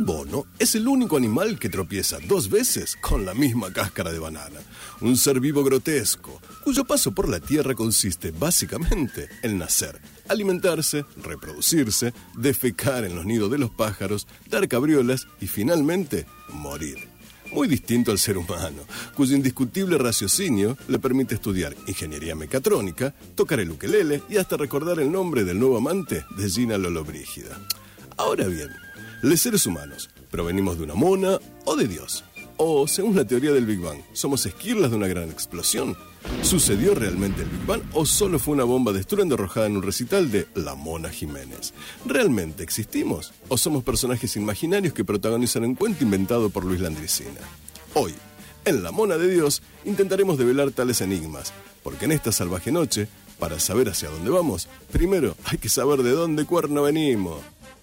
El bono es el único animal que tropieza 2 veces con la misma cáscara de banana. Un ser vivo grotesco, cuyo paso por la Tierra consiste básicamente en nacer, alimentarse, reproducirse, defecar en los nidos de los pájaros, dar cabriolas y finalmente morir. Muy distinto al ser humano, cuyo indiscutible raciocinio le permite estudiar ingeniería mecatrónica, tocar el ukelele y hasta recordar el nombre del nuevo amante de Gina Lollobrigida. Ahora bien, los seres humanos, ¿provenimos de una mona o de Dios? O, según la teoría del Big Bang, ¿somos esquirlas de una gran explosión? ¿Sucedió realmente el Big Bang o solo fue una bomba de estruendo arrojada en un recital de La Mona Jiménez? ¿Realmente existimos o somos personajes imaginarios que protagonizan un cuento inventado por Luis Landricina? Hoy, en La Mona de Dios, intentaremos develar tales enigmas, porque en esta salvaje noche, para saber hacia dónde vamos, primero hay que saber de dónde cuerno venimos.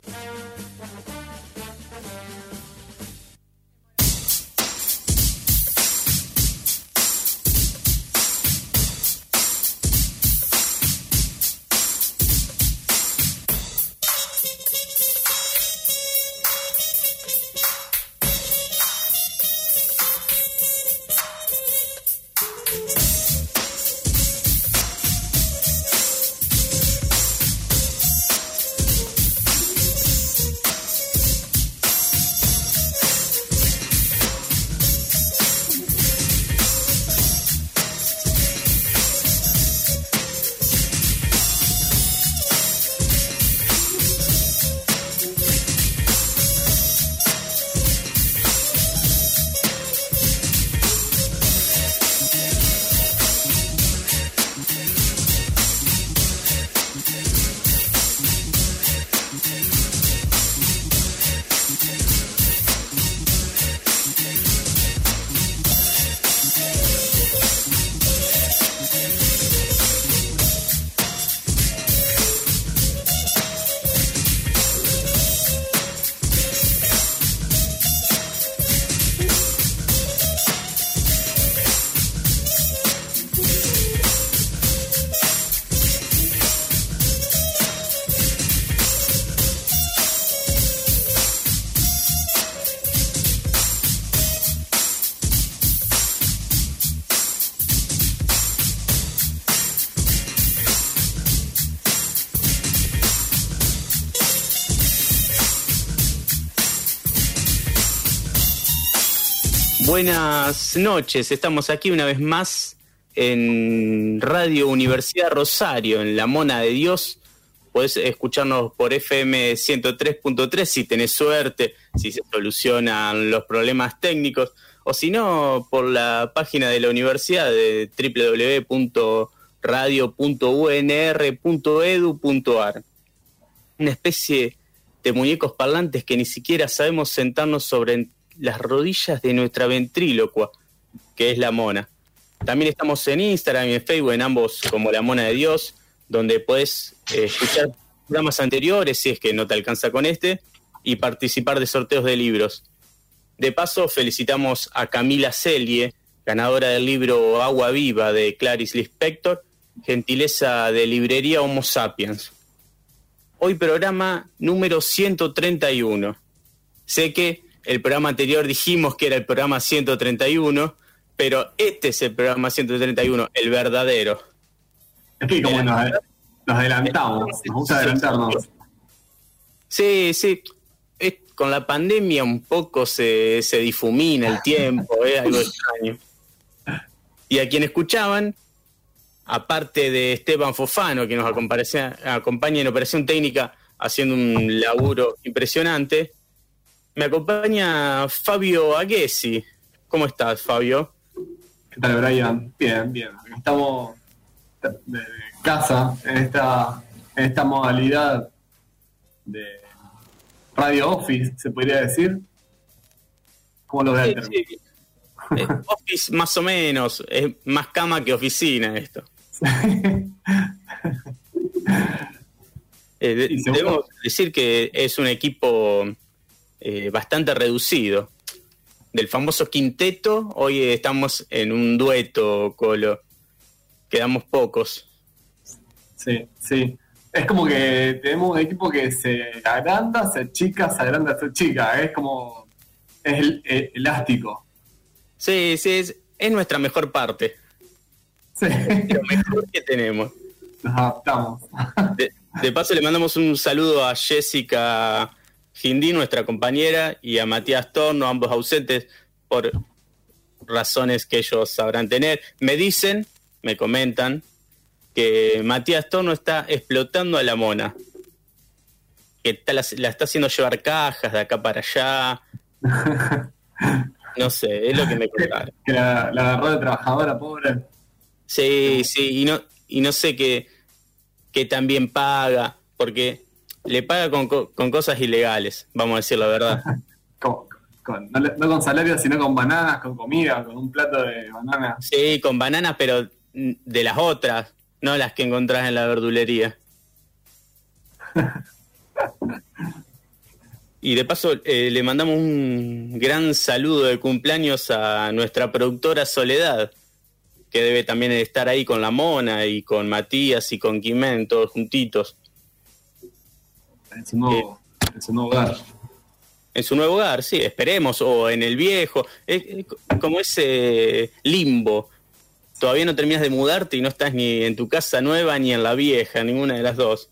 Buenas noches, estamos aquí una vez más en Radio Universidad Rosario, en La Mona de Dios. Podés escucharnos por FM 103.3 si tenés suerte, si se solucionan los problemas técnicos, o si no, por la página de la universidad de www.radio.unr.edu.ar. Una especie de muñecos parlantes que ni siquiera sabemos sentarnos sobre las rodillas de nuestra ventrílocua, que es la Mona. También estamos en Instagram y en Facebook, en ambos como La Mona de Dios, donde podés escuchar programas anteriores, si es que no te alcanza con este, y participar de sorteos de libros. De paso, felicitamos a Camila Celie, ganadora del libro Agua Viva de Clarice Lispector, gentileza de librería Homo Sapiens. Hoy programa número 131. Sé que el programa anterior dijimos que era el programa 131, pero este es el programa 131, el verdadero. Es que como nos adelantamos, nos gusta adelantarnos. Sí. Con la pandemia un poco se difumina el tiempo, es algo extraño. Y a quien escuchaban, aparte de Esteban Fofano, que nos acompaña en Operación Técnica haciendo un laburo impresionante, me acompaña Fabio Aguesi. ¿Cómo estás, Fabio? ¿Qué tal, Brian? Bien. Estamos de casa en esta modalidad de radio office, se podría decir. ¿Cómo lo ves? Sí. Office más o menos, es más cama que oficina esto. Debemos decir que es un equipo bastante reducido. Del famoso quinteto, hoy estamos en un dueto, Colo. Quedamos pocos. Sí. Es como que tenemos un equipo que se agranda, se achica, se agranda, se achica. Es como... Es elástico. Sí, es nuestra mejor parte. Sí. Lo mejor que tenemos. Nos adaptamos. De paso le mandamos un saludo a Jessica Gindí, nuestra compañera, y a Matías Torno, ambos ausentes por razones que ellos sabrán tener. Me comentan, que Matías Torno está explotando a la mona. Que la está haciendo llevar cajas de acá para allá. No sé, es lo que me contaron. Que la agarró de trabajadora, pobre. Sí, y no sé qué también paga, porque le paga con cosas ilegales, vamos a decir la verdad. No con salario, sino con bananas, con comida, con un plato de bananas. Sí, con bananas, pero de las otras, no las que encontrás en la verdulería. Y de paso le mandamos un gran saludo de cumpleaños a nuestra productora Soledad, que debe también estar ahí con la Mona y con Matías y con Quimén, todos juntitos. En su nuevo hogar. En su nuevo hogar, sí, esperemos, o en el viejo. Es como ese limbo. Todavía no terminas de mudarte y no estás ni en tu casa nueva ni en la vieja, ninguna de las dos.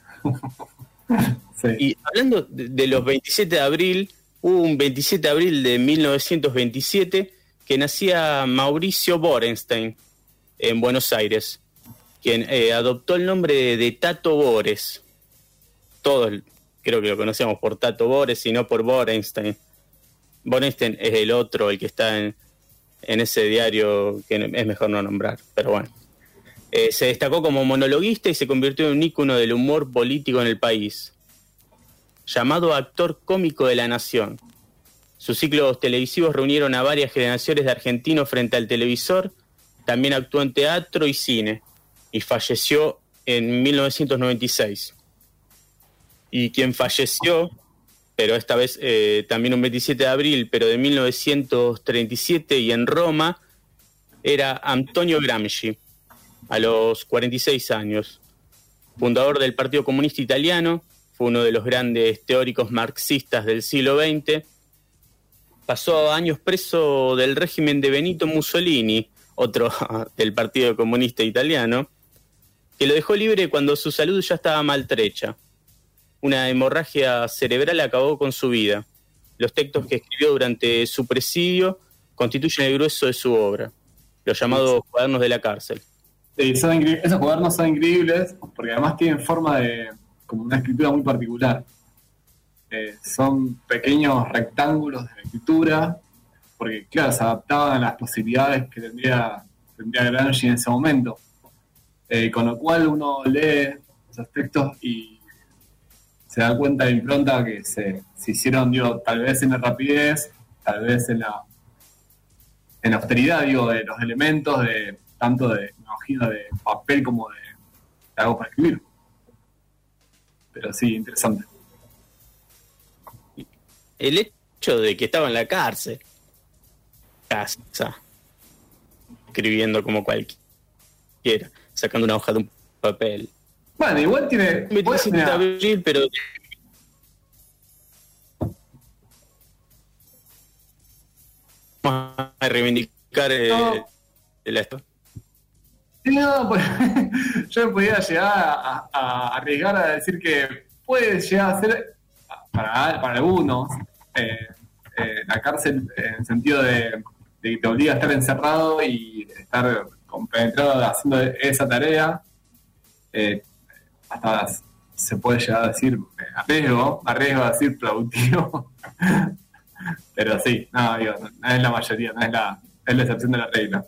Sí. Y hablando de los 27 de abril, hubo un 27 de abril de 1927 que nacía Mauricio Borenstein en Buenos Aires, quien adoptó el nombre de Tato Bores. Todos creo que lo conocemos por Tato Bores y no por Borenstein. Borenstein es el otro, el que está en ese diario que es mejor no nombrar, pero bueno. Se destacó como monologuista y se convirtió en un ícono del humor político en el país. Llamado actor cómico de la nación. Sus ciclos televisivos reunieron a varias generaciones de argentinos frente al televisor. También actuó en teatro y cine. Y falleció en 1996. Y quien falleció, pero esta vez también un 27 de abril, pero de 1937 y en Roma, era Antonio Gramsci, a los 46 años. Fundador del Partido Comunista Italiano, fue uno de los grandes teóricos marxistas del siglo XX. Pasó años preso del régimen de Benito Mussolini, otro del Partido Comunista Italiano, que lo dejó libre cuando su salud ya estaba maltrecha. Una hemorragia cerebral acabó con su vida. Los textos que escribió durante su presidio constituyen el grueso de su obra, los llamados cuadernos de la cárcel. Sí, esos cuadernos son increíbles porque además tienen forma de como una escritura muy particular. Son pequeños rectángulos de la escritura, porque claro, se adaptaban a las posibilidades que tendría Gramsci en ese momento. Con lo cual uno lee esos textos y se da cuenta de impronta que se hicieron, tal vez en la rapidez, tal vez en la austeridad, de los elementos, tanto me imagino, de papel como de algo para escribir. Pero sí, interesante. El hecho de que estaba en la cárcel, casa, escribiendo como cualquiera, sacando una hoja de un papel. Bueno, igual tiene... 27 de abril, pero... Vamos a reivindicar el esto. No, pues, yo me podía llegar a arriesgar a decir que puede llegar a ser, para algunos, la cárcel en el sentido de que te obliga a estar encerrado y estar compenetrado haciendo esa tarea. Hasta se puede llegar a decir arriesgo a decir productivo. Pero sí, no es la mayoría, es la excepción de la regla.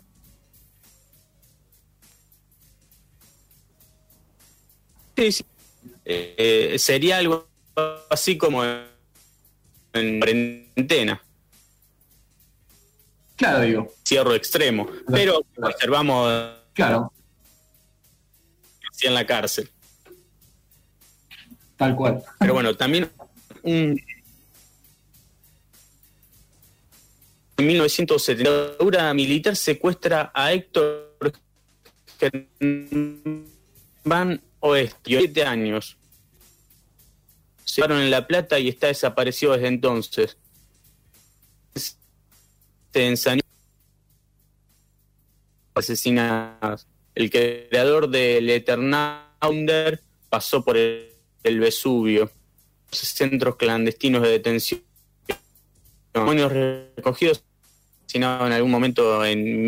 Sí. Sería algo así como en cuarentena. Claro, digo. Cierro extremo. Pero observamos. Claro. Así en la cárcel. Tal cual. Pero bueno, también en 1970, la dictadura militar secuestra a Héctor Van Oeste, 7 años. Se fueron en La Plata y está desaparecido desde entonces. Se ensañó asesinadas. El creador del Eternaunder pasó por el Vesubio. Centros clandestinos de detención. Demonios recogidos asesinados en algún momento en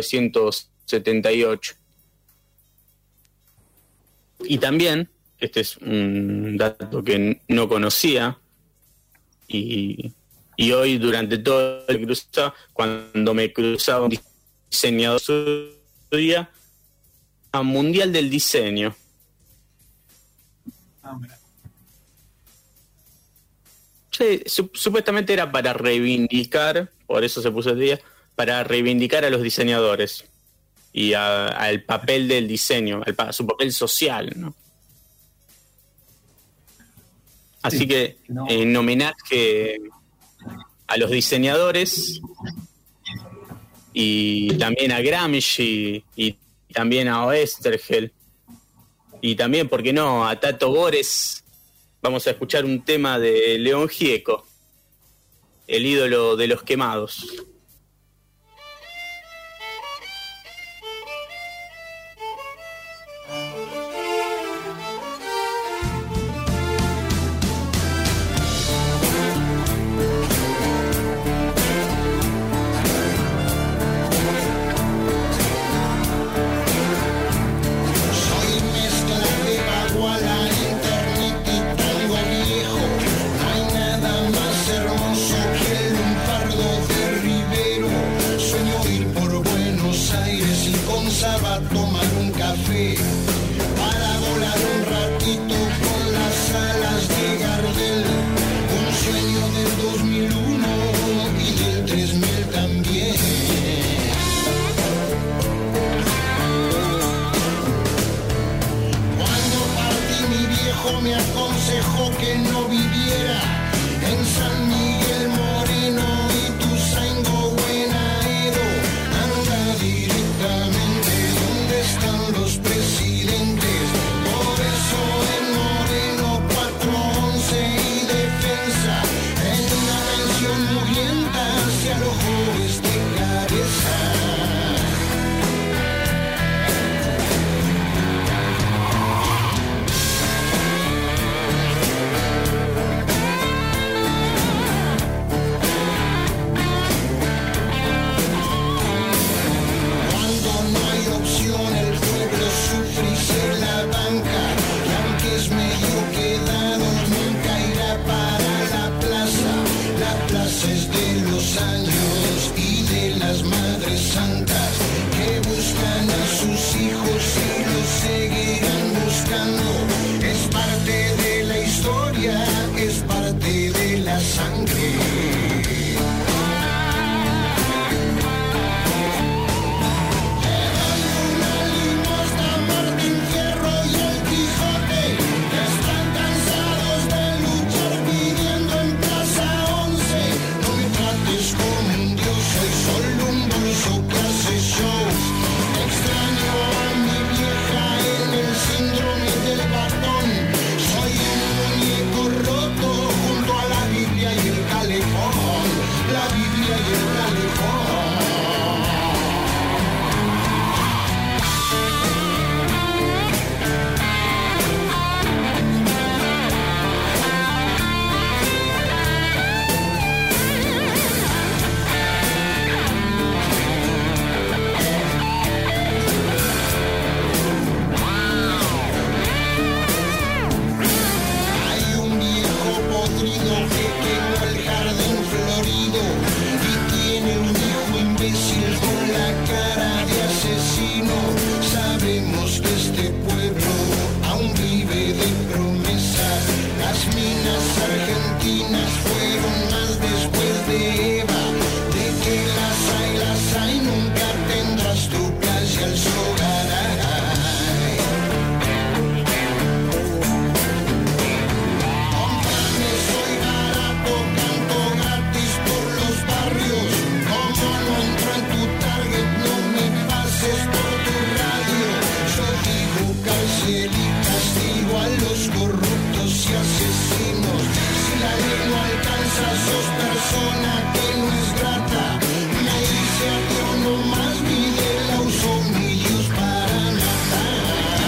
1978. Y también, este es un dato que no conocía, y hoy durante todo el cruzado, cuando me cruzaba un diseñador su día, a Mundial del Diseño. Sí, supuestamente era para reivindicar, por eso se puso el día, para reivindicar a los diseñadores y al papel del diseño, su papel social, ¿no? Así sí, que en homenaje a los diseñadores y también a Gramsci y también a Oesterheld y también, ¿por qué no?, a Tato Bores, vamos a escuchar un tema de León Gieco, el ídolo de los quemados. Extraño a mi corruptos y asesinos. Si la ley no alcanza, sos persona que no es grata. No dice a Dios no más, Miguel Ausonius para matar.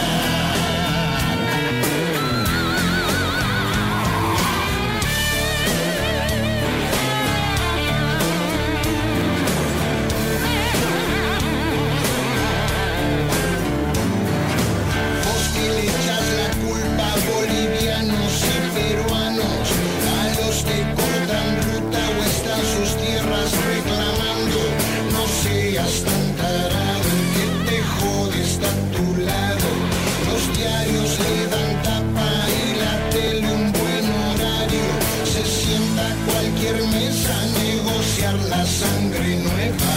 Vos que le echas la culpa a bolivianos y peruanos, a los que cortan ruta o están sus tierras reclamando, no seas tan tarado que te jodes a tu lado. Los diarios le dan tapa y la tele un buen horario. Se sienta a cualquier mesa a negociar la sangre nueva.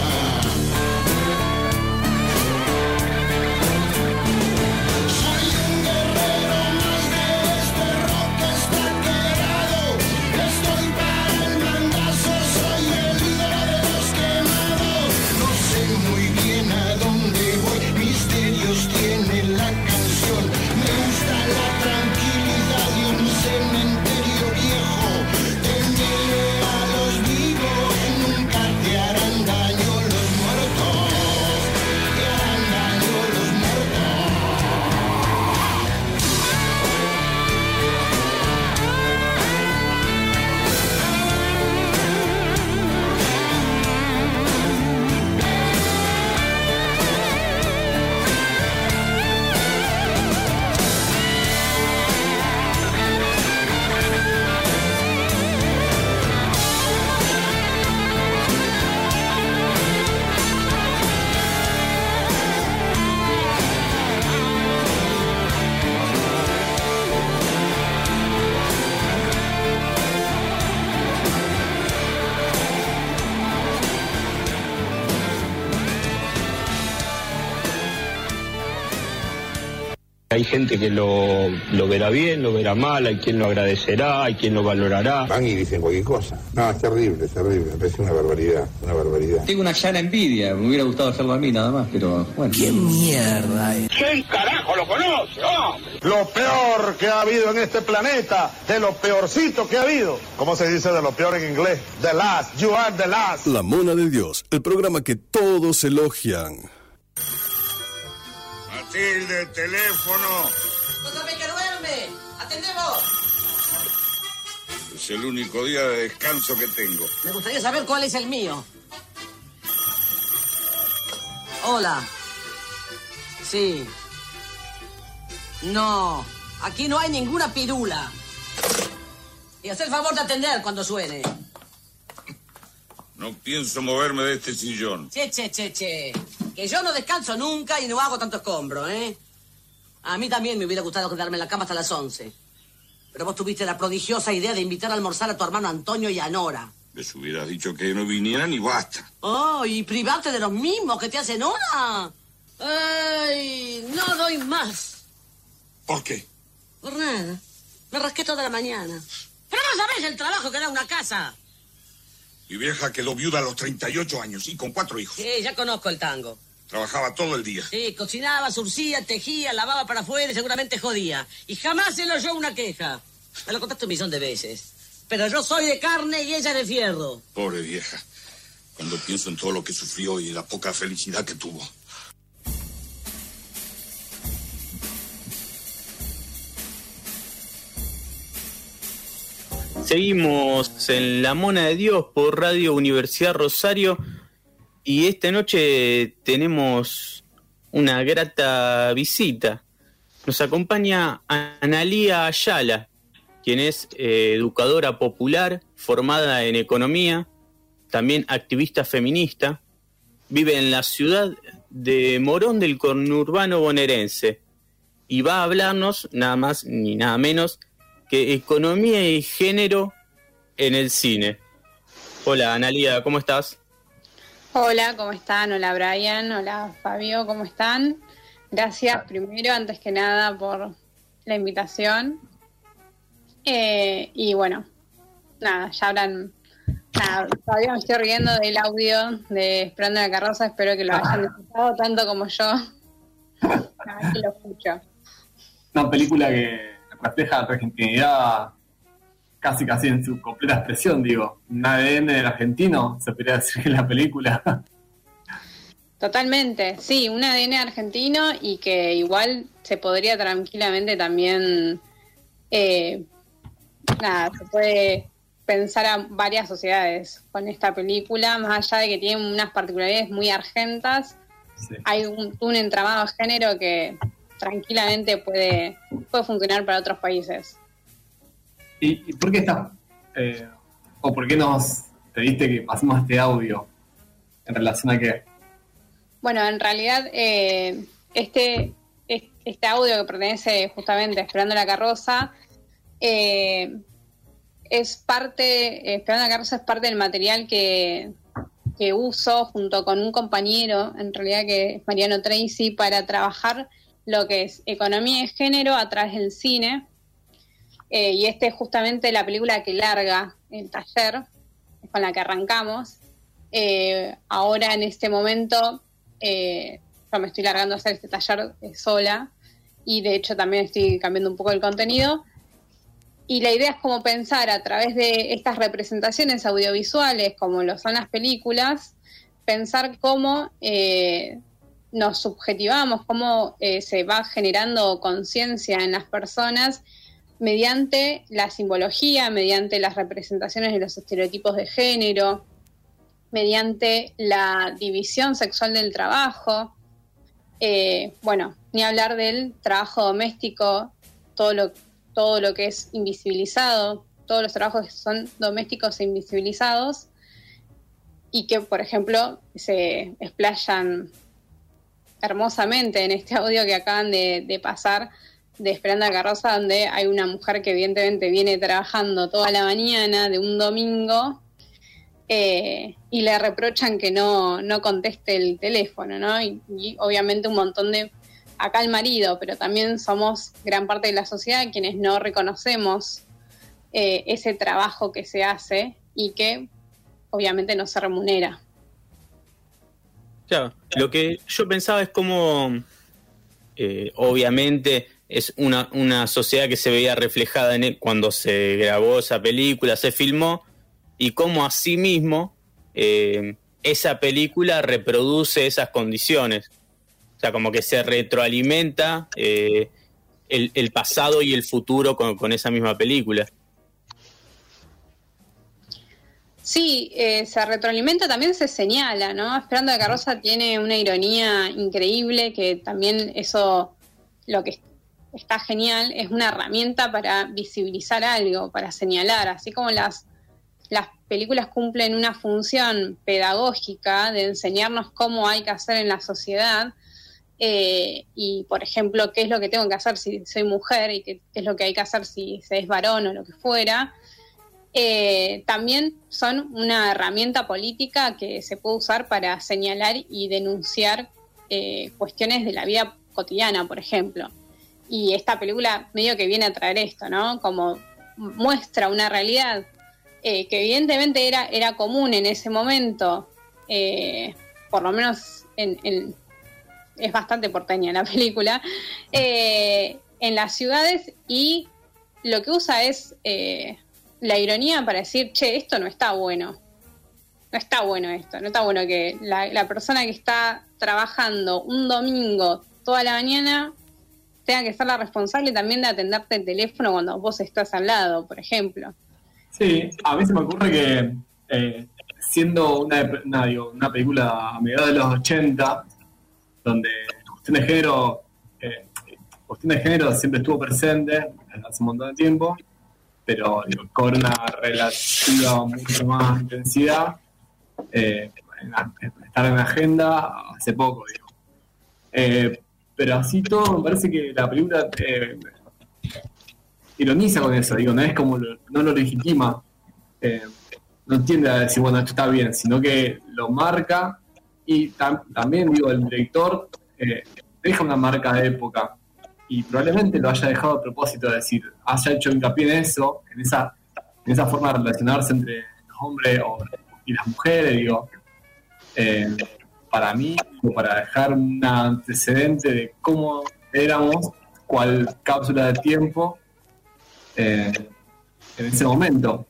Soy un guerrero más de este rock que está quebrado. Estoy para el mandazo, soy el ídolo de los quemados. No sé muy bien a dónde voy, misterios tiene la canción. Me gusta la tranquilidad de un cementerio viejo. Temele a los vivos, nunca te harán daño los muertos. Te harán daño los muertos. Hay gente que lo verá bien, lo verá mal, hay quien lo agradecerá, hay quien lo valorará. Van y dicen cualquier cosa. No, es terrible, me parece una barbaridad, una barbaridad. Tengo una llana envidia, me hubiera gustado hacerlo a mí nada más, pero bueno. ¿Qué mierda es? ¿Quién carajo lo conoce, hombre? Lo peor que ha habido en este planeta, de lo peorcito que ha habido. ¿Cómo se dice de lo peor en inglés? The last, you are the last. La Mona de Dios, el programa que todos elogian. Matilde, el teléfono. ¡No sabe que duerme! ¡Atendemos! Es el único día de descanso que tengo. Me gustaría saber cuál es el mío. Hola. Sí. No, aquí no hay ninguna pirula. Y haz el favor de atender cuando suene. No pienso moverme de este sillón. Che. Que yo no descanso nunca y no hago tanto escombro, ¿eh? A mí también me hubiera gustado quedarme en la cama hasta las 11. Pero vos tuviste la prodigiosa idea de invitar a almorzar a tu hermano Antonio y a Nora. Les hubieras dicho que no vinieran y basta. Oh, y privarte de los mismos que te hacen Nora. Ay, no doy más. ¿Por qué? Por nada. Me rasqué toda la mañana. Pero no sabés el trabajo que da una casa. Mi vieja quedó viuda a los 38 años y con 4 hijos. Sí, ya conozco el tango. Trabajaba todo el día. Sí, cocinaba, surcía, tejía, lavaba para afuera y seguramente jodía. Y jamás se le oyó una queja. Me lo contaste un millón de veces. Pero yo soy de carne y ella de fierro. Pobre vieja. Cuando pienso en todo lo que sufrió y la poca felicidad que tuvo. Seguimos en La Mona de Dios por Radio Universidad Rosario y esta noche tenemos una grata visita. Nos acompaña Analía Ayala, quien es educadora popular, formada en economía, también activista feminista. Vive en la ciudad de Morón del conurbano bonaerense y va a hablarnos nada más ni nada menos que economía y género en el cine. Hola, Analía, ¿cómo estás? Hola, ¿cómo están? Hola, Brian. Hola, Fabio, ¿cómo están? Gracias primero, antes que nada, por la invitación. Y bueno, nada, ya habrán... Nada, todavía me estoy riendo del audio de Esperando la Carroza. Espero que lo hayan disfrutado tanto como yo. Cada vez que lo escucho. Una película que refleja la argentinidad casi en su completa expresión, digo. Un ADN del argentino, se podría decir en la película. Totalmente, sí, un ADN argentino y que igual se podría tranquilamente también, se puede pensar a varias sociedades con esta película, más allá de que tiene unas particularidades muy argentas, sí. Hay un entramado de género que tranquilamente puede funcionar para otros países. ¿Y por qué está? ¿O por qué nos pediste que pasemos este audio? ¿En relación a qué? Bueno, en realidad este audio que pertenece justamente a Esperando la Carroza es parte, Esperando la Carroza es parte del material que uso junto con un compañero, en realidad que es Mariano Tracy, para trabajar lo que es economía de género a través del cine. Y es justamente la película que larga el taller, es con la que arrancamos. Ahora en este momento yo me estoy largando a hacer este taller sola y de hecho también estoy cambiando un poco el contenido. Y la idea es como pensar a través de estas representaciones audiovisuales, como lo son las películas, pensar cómo nos subjetivamos, cómo se va generando conciencia en las personas mediante la simbología, mediante las representaciones de los estereotipos de género, mediante la división sexual del trabajo. Bueno, ni hablar del trabajo doméstico, todo lo que es invisibilizado, todos los trabajos que son domésticos e invisibilizados y que, por ejemplo, se explayan hermosamente en este audio que acaban de pasar de Esperando la Carroza, donde hay una mujer que evidentemente viene trabajando toda la mañana de un domingo y le reprochan que no conteste el teléfono, ¿no? Y obviamente un montón de... Acá el marido, pero también somos gran parte de la sociedad quienes no reconocemos ese trabajo que se hace y que obviamente no se remunera. Claro, lo que yo pensaba es cómo obviamente es una sociedad que se veía reflejada en cuando se grabó esa película, se filmó, y cómo asimismo esa película reproduce esas condiciones. O sea, como que se retroalimenta el pasado y el futuro con esa misma película. Sí, se retroalimenta, también se señala, ¿no? Esperando la Carroza tiene una ironía increíble, que también eso, lo que está genial, es una herramienta para visibilizar algo, para señalar, así como las películas cumplen una función pedagógica de enseñarnos cómo hay que hacer en la sociedad, y por ejemplo qué es lo que tengo que hacer si soy mujer y qué es lo que hay que hacer si se es varón o lo que fuera. También son una herramienta política que se puede usar para señalar y denunciar cuestiones de la vida cotidiana, por ejemplo. Y esta película medio que viene a traer esto, ¿no? Como muestra una realidad que evidentemente era común en ese momento, por lo menos es bastante porteña la película, en las ciudades, y lo que usa es la ironía para decir, che, esto no está bueno. No está bueno esto, no está bueno que la persona que está trabajando un domingo toda la mañana tenga que ser la responsable también de atenderte el teléfono cuando vos estás al lado, por ejemplo. Sí, a mí se me ocurre que siendo una película a mediados de los 80, donde cuestión de género siempre estuvo presente hace un montón de tiempo, pero cobra una relativa mucho más intensidad, estar en la agenda hace poco, digo. Pero así todo, me parece que la película ironiza con eso, digo, no es como no lo legitima, no tiende a decir, bueno, esto está bien, sino que lo marca, y también, digo, el director deja una marca de época, y probablemente lo haya dejado a propósito, de decir, haya hecho hincapié en eso, en esa forma de relacionarse entre los hombres y las mujeres, digo, para mí, para dejar un antecedente de cómo éramos, cual cápsula de tiempo, en ese momento.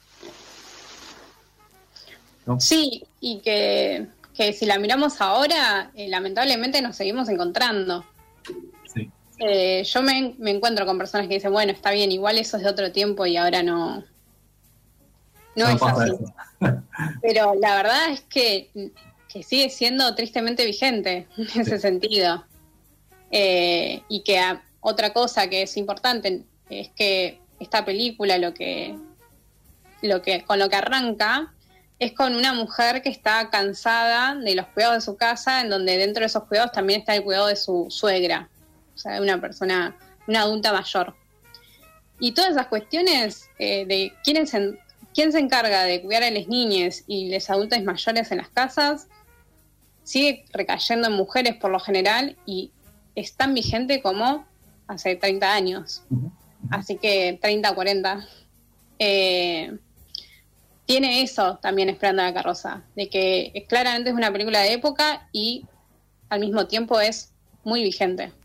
¿No? Sí, y que si la miramos ahora, lamentablemente nos seguimos encontrando. Sí. Yo me encuentro con personas que dicen, bueno, está bien, igual eso es de otro tiempo y ahora no es pasa así. eso. Pero la verdad es que sigue siendo tristemente vigente en ese sentido. Y que otra cosa que es importante es que esta película con lo que arranca es con una mujer que está cansada de los cuidados de su casa, en donde dentro de esos cuidados también está el cuidado de su suegra, o sea, una adulta mayor. Y todas esas cuestiones de quién se encarga de cuidar a las niñas y los adultos mayores en las casas, sigue recayendo en mujeres por lo general y es tan vigente como hace 30 años. Así que 30, 40. Tiene eso también Esperando la carroza, de que claramente es una película de época y al mismo tiempo es muy vigente.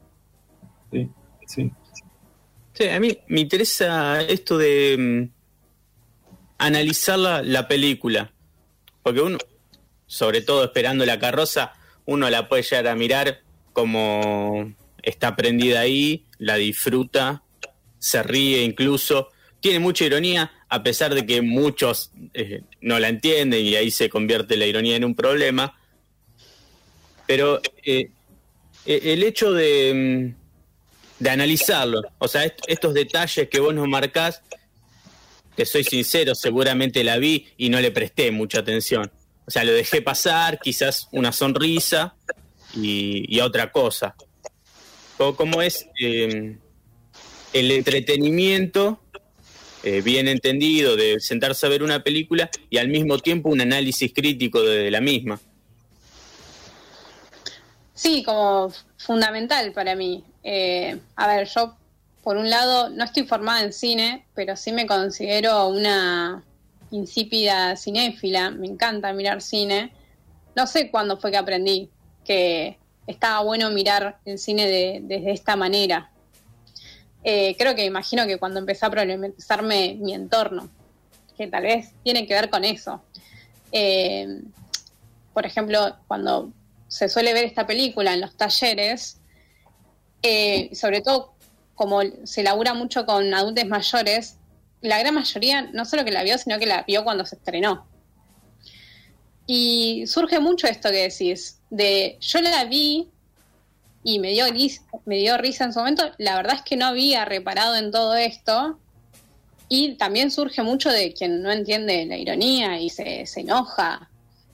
Sí. Sí, a mí me interesa esto de analizar la película, porque uno, sobre todo Esperando la carroza, uno la puede llegar a mirar como está prendida ahí, la disfruta, se ríe incluso, tiene mucha ironía, a pesar de que muchos no la entienden y ahí se convierte la ironía en un problema. Pero el hecho de analizarlo, o sea, estos detalles que vos nos marcás, te soy sincero, seguramente la vi y no le presté mucha atención. O sea, lo dejé pasar, quizás una sonrisa y otra cosa. ¿Cómo es el entretenimiento bien entendido de sentarse a ver una película y al mismo tiempo un análisis crítico de la misma? Sí, como fundamental para mí. A ver, yo por un lado no estoy formada en cine, pero sí me considero una insípida cinéfila, me encanta mirar cine. No sé cuándo fue que aprendí que estaba bueno mirar el cine desde esta manera. Creo que imagino que cuando empecé a problematizarme mi entorno, que tal vez tiene que ver con eso. Por ejemplo, cuando se suele ver esta película en los talleres, sobre todo como se labura mucho con adultos mayores, la gran mayoría no solo que la vio, sino que la vio cuando se estrenó. Y surge mucho esto que decís, de yo la vi y me dio risa en su momento, la verdad es que no había reparado en todo esto, y también surge mucho de quien no entiende la ironía y se enoja,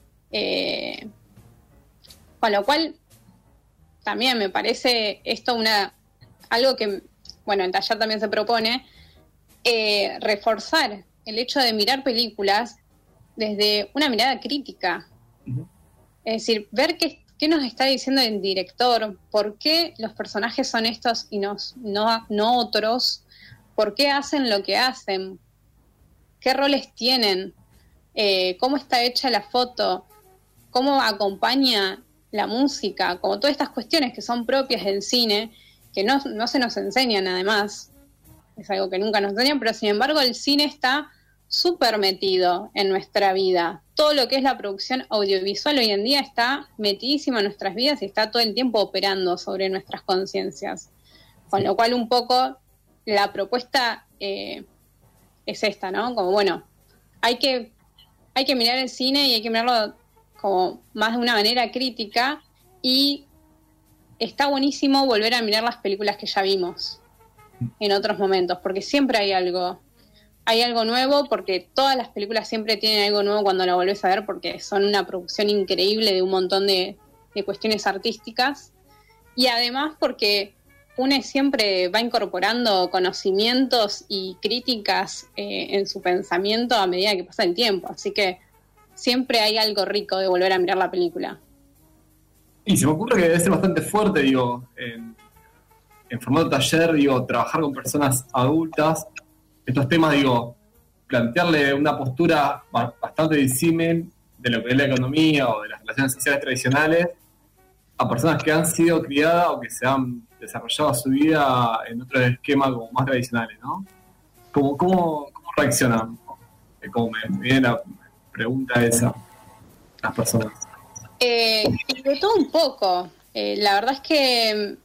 con lo cual también me parece esto algo que, bueno, en taller también se propone, reforzar el hecho de mirar películas desde una mirada crítica. Uh-huh. Es decir, ver qué nos está diciendo el director, por qué los personajes son estos y no otros, por qué hacen lo que hacen, qué roles tienen, cómo está hecha la foto, cómo acompaña la música, como todas estas cuestiones que son propias del cine, que no se nos enseñan además, es algo que nunca nos enseñan, pero sin embargo el cine está súper metido en nuestra vida. Todo lo que es la producción audiovisual hoy en día está metidísimo en nuestras vidas y está todo el tiempo operando sobre nuestras conciencias. Con lo cual un poco la propuesta es esta, ¿no? Como bueno, hay que mirar el cine y hay que mirarlo como más de una manera crítica, y está buenísimo volver a mirar las películas que ya vimos en otros momentos, porque siempre hay algo nuevo, porque todas las películas siempre tienen algo nuevo cuando la volvés a ver, porque son una producción increíble de un montón de cuestiones artísticas, y además porque uno siempre va incorporando conocimientos y críticas en su pensamiento a medida que pasa el tiempo, así que siempre hay algo rico de volver a mirar la película. Y se me ocurre que debe ser bastante fuerte, digo, en formato taller, digo, trabajar con personas adultas, estos temas, digo, plantearle una postura bastante disímil de lo que es la economía o de las relaciones sociales tradicionales a personas que han sido criadas o que se han desarrollado su vida en otros esquemas como más tradicionales, ¿no? ¿Cómo reaccionan? Como me viene la pregunta esa, las personas. De todo un poco. La verdad es que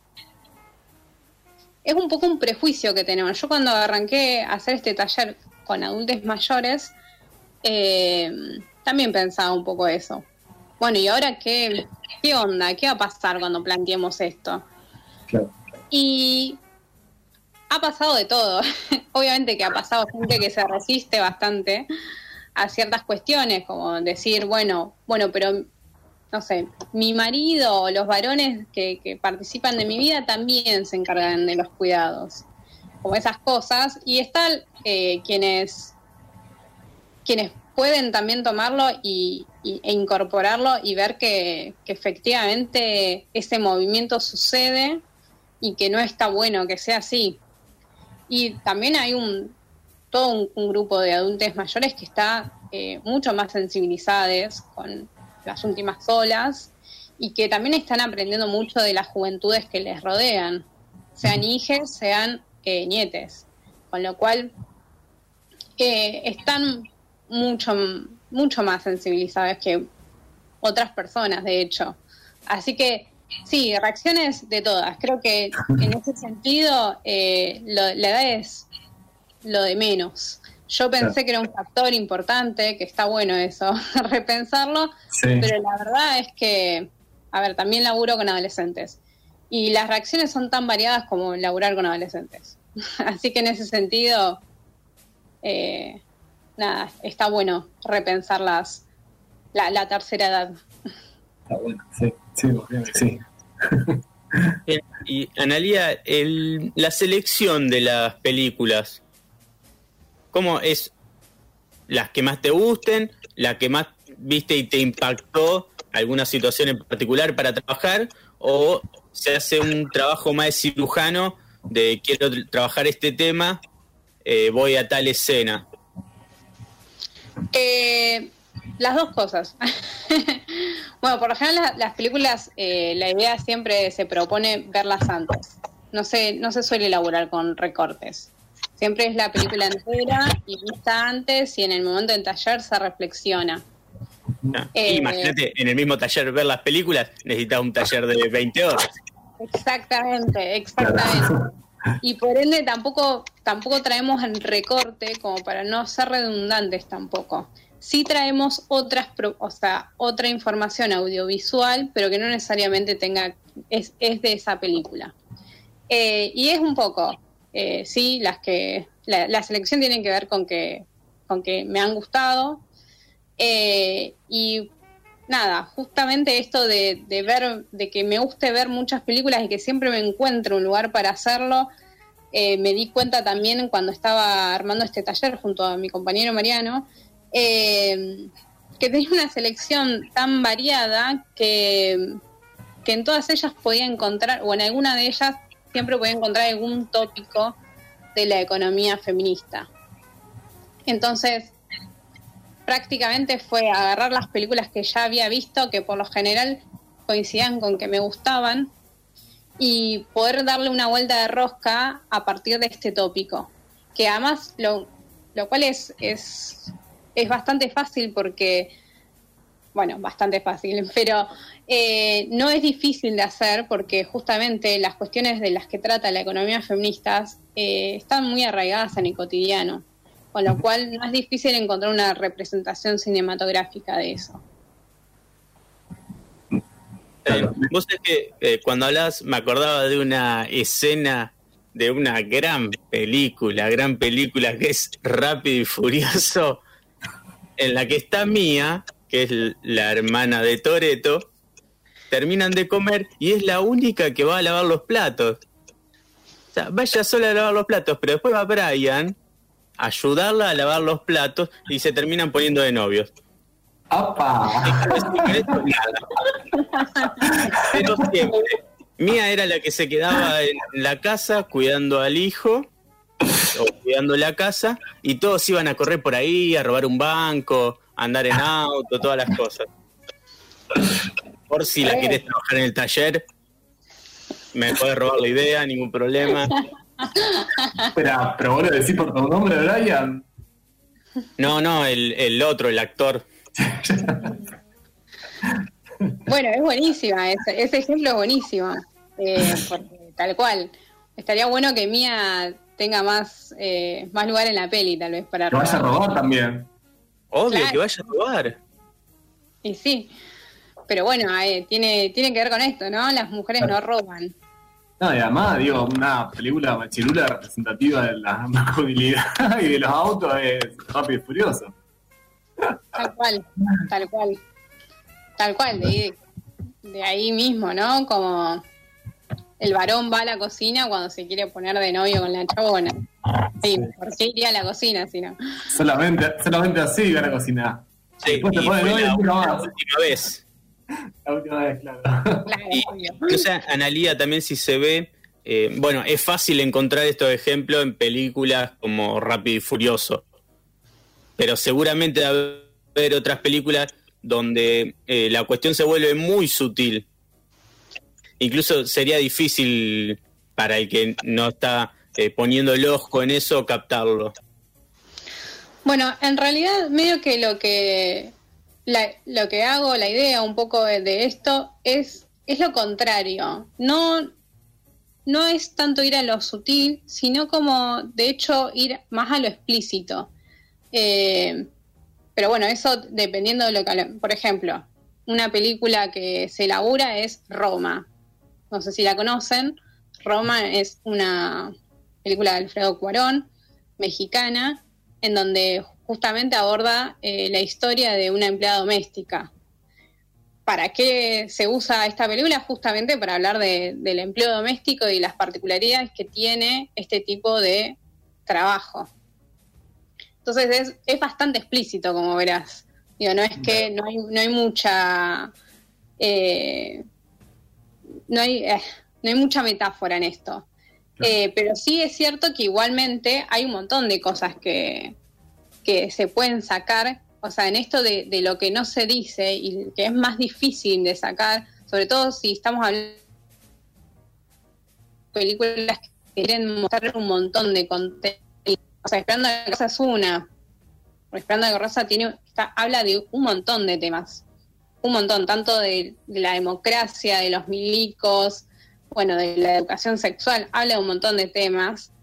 es un poco un prejuicio que tenemos. Yo cuando arranqué a hacer este taller con adultos mayores, también pensaba un poco eso. Bueno, ¿y ahora qué onda? ¿Qué va a pasar cuando planteemos esto? Claro. Y ha pasado de todo. Obviamente que ha pasado gente que se resiste bastante a ciertas cuestiones, como decir, bueno, pero no sé, mi marido o los varones que participan de mi vida también se encargan de los cuidados, como esas cosas, y están quienes pueden también tomarlo e incorporarlo y ver que efectivamente ese movimiento sucede y que no está bueno que sea así. Y también hay todo un grupo de adultos mayores que está mucho más sensibilizados con las últimas olas y que también están aprendiendo mucho de las juventudes que les rodean, sean hijes, sean nietes, con lo cual están mucho más sensibilizados que otras personas, de hecho. Así que sí, reacciones de todas. Creo que en ese sentido la edad es lo de menos. Yo pensé que era un factor importante, que está bueno eso, repensarlo, sí. Pero la verdad es que, a ver, también laburo con adolescentes y las reacciones son tan variadas como laburar con adolescentes. Así que en ese sentido, nada, está bueno repensar la tercera edad. Está bueno, sí. Y Analía, la selección de las películas, ¿cómo es? ¿Las que más te gusten? ¿La que más viste y te impactó alguna situación en particular para trabajar? ¿O se hace un trabajo más de cirujano de quiero trabajar este tema, voy a tal escena? Las dos cosas. Bueno, por lo general las películas, la idea siempre se propone verlas antes. No se suele elaborar con recortes. Siempre es la película entera y vista antes y en el momento del taller se reflexiona. Imagínate, en el mismo taller ver las películas, necesitas un taller de 20 horas. Exactamente. Y por ende tampoco traemos el recorte como para no ser redundantes tampoco. Sí traemos otra información audiovisual, pero que no necesariamente es de esa película. Y es un poco, sí, la selección tiene que ver con que me han gustado. Y nada, justamente esto de que me guste ver muchas películas y que siempre me encuentro un lugar para hacerlo, me di cuenta también cuando estaba armando este taller junto a mi compañero Mariano, que tenía una selección tan variada que en todas ellas podía encontrar, o en alguna de ellas siempre podía encontrar algún tópico de la economía feminista. Entonces, prácticamente fue agarrar las películas que ya había visto, que por lo general coincidían con que me gustaban, y poder darle una vuelta de rosca a partir de este tópico. Que además, lo cual es bastante fácil porque, bueno, bastante fácil, pero no es difícil de hacer porque justamente las cuestiones de las que trata la economía feminista están muy arraigadas en el cotidiano. Con lo cual no es difícil encontrar una representación cinematográfica de eso. Vos sabés que cuando hablabas me acordaba de una escena de una gran película que es Rápido y Furioso, en la que está Mía, que es la hermana de Toretto, terminan de comer y es la única que va a lavar los platos. O sea, vaya sola a lavar los platos, pero después va Brian ayudarla a lavar los platos y se terminan poniendo de novios. ¡Apa! Pero siempre Mía era la que se quedaba en la casa cuidando al hijo o cuidando la casa y todos iban a correr por ahí, a robar un banco, a andar en auto, todas las cosas. Por si la querés trabajar en el taller, me podés robar la idea, ningún problema. Pero vos lo decís por tu nombre, Brian. No, el otro, el actor. Bueno, es buenísima, ese ejemplo es buenísimo. Porque, tal cual. Estaría bueno que Mía tenga más lugar en la peli, tal vez, para que vaya a robar también. Obvio, Claro. que vaya a robar. Y sí. Pero bueno, tiene que ver con esto, ¿no? Las mujeres no roban. No, y además, digo, una película machirula representativa de la masculinidad y de los autos es Rápido y Furioso. Tal cual. De ahí mismo, ¿no? Como el varón va a la cocina cuando se quiere poner de novio con la chabona. Sí, ¿por qué iría a la cocina si no? Solamente así van a cocinar. Sí, Después te y pones fue novio y nunca la más. última vez. La última vez, claro. Claro, Y obvio. incluso Analía también, si se ve, bueno, es fácil encontrar estos ejemplos en películas como Rápido y Furioso, pero seguramente va a haber otras películas donde la cuestión se vuelve muy sutil. Incluso sería difícil para el que no está poniendo el ojo en eso captarlo. Bueno, en realidad medio que lo que hago, la idea un poco de esto es lo contrario. No es tanto ir a lo sutil, sino como de hecho ir más a lo explícito. Pero bueno, eso dependiendo de lo que por ejemplo, una película que se elabora es Roma. No sé si la conocen. Roma es una película de Alfredo Cuarón, mexicana, en donde justamente aborda la historia de una empleada doméstica. ¿Para qué se usa esta película? Justamente para hablar del empleo doméstico y las particularidades que tiene este tipo de trabajo. Entonces es bastante explícito, como verás. Digo, no es que no hay mucha... no hay mucha metáfora en esto. Pero sí es cierto que igualmente hay un montón de cosas que se pueden sacar, o sea, en esto de lo que no se dice y que es más difícil de sacar, sobre todo si estamos hablando de películas que quieren mostrar un montón de contenido. O sea, Esperando a la Rosa es una. Esperando a la Rosa habla de un montón de temas. Un montón, tanto de la democracia, de los milicos, bueno, de la educación sexual, habla de un montón de temas,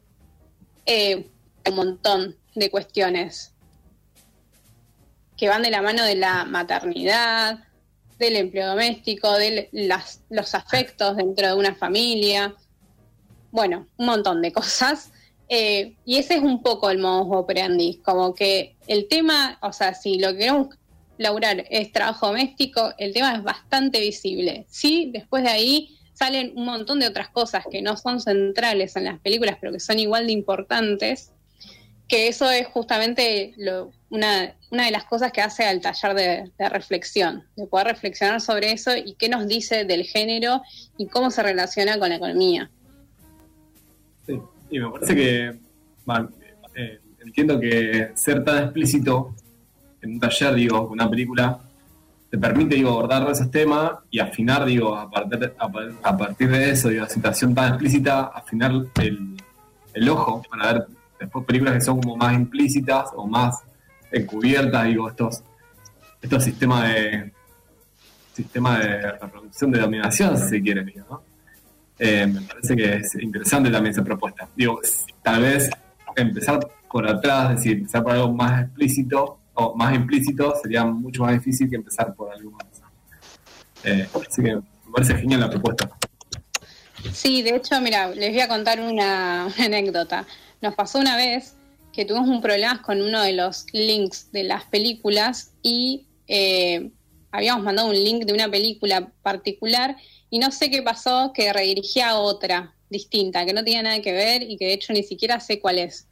un montón de cuestiones que van de la mano de la maternidad, del empleo doméstico, de los afectos dentro de una familia, bueno, un montón de cosas. Y ese es un poco el modus operandi, como que el tema, o sea, si lo que queremos laburar es trabajo doméstico, el tema es bastante visible. Sí, después de ahí salen un montón de otras cosas que no son centrales en las películas, pero que son igual de importantes, que eso es justamente una de las cosas que hace al taller de reflexión, de poder reflexionar sobre eso y qué nos dice del género y cómo se relaciona con la economía. Sí, y me parece que entiendo que ser tan explícito en un taller, digo, con una película, te permite, digo, abordar esos temas y afinar, digo, a partir de eso, digo, la situación tan explícita, afinar el ojo para ver después películas que son como más implícitas o más encubiertas, digo, estos sistemas de reproducción de dominación, si se quiere, digo, ¿no? Me parece que es interesante también esa propuesta. Digo, tal vez empezar por atrás, es decir, empezar por algo más explícito o más implícito sería mucho más difícil que empezar por algo más. Así que me parece genial la propuesta. Sí, de hecho, mira, les voy a contar una anécdota. Nos pasó una vez que tuvimos un problema con uno de los links de las películas y habíamos mandado un link de una película particular y no sé qué pasó, que redirigía a otra distinta, que no tenía nada que ver y que de hecho ni siquiera sé cuál es.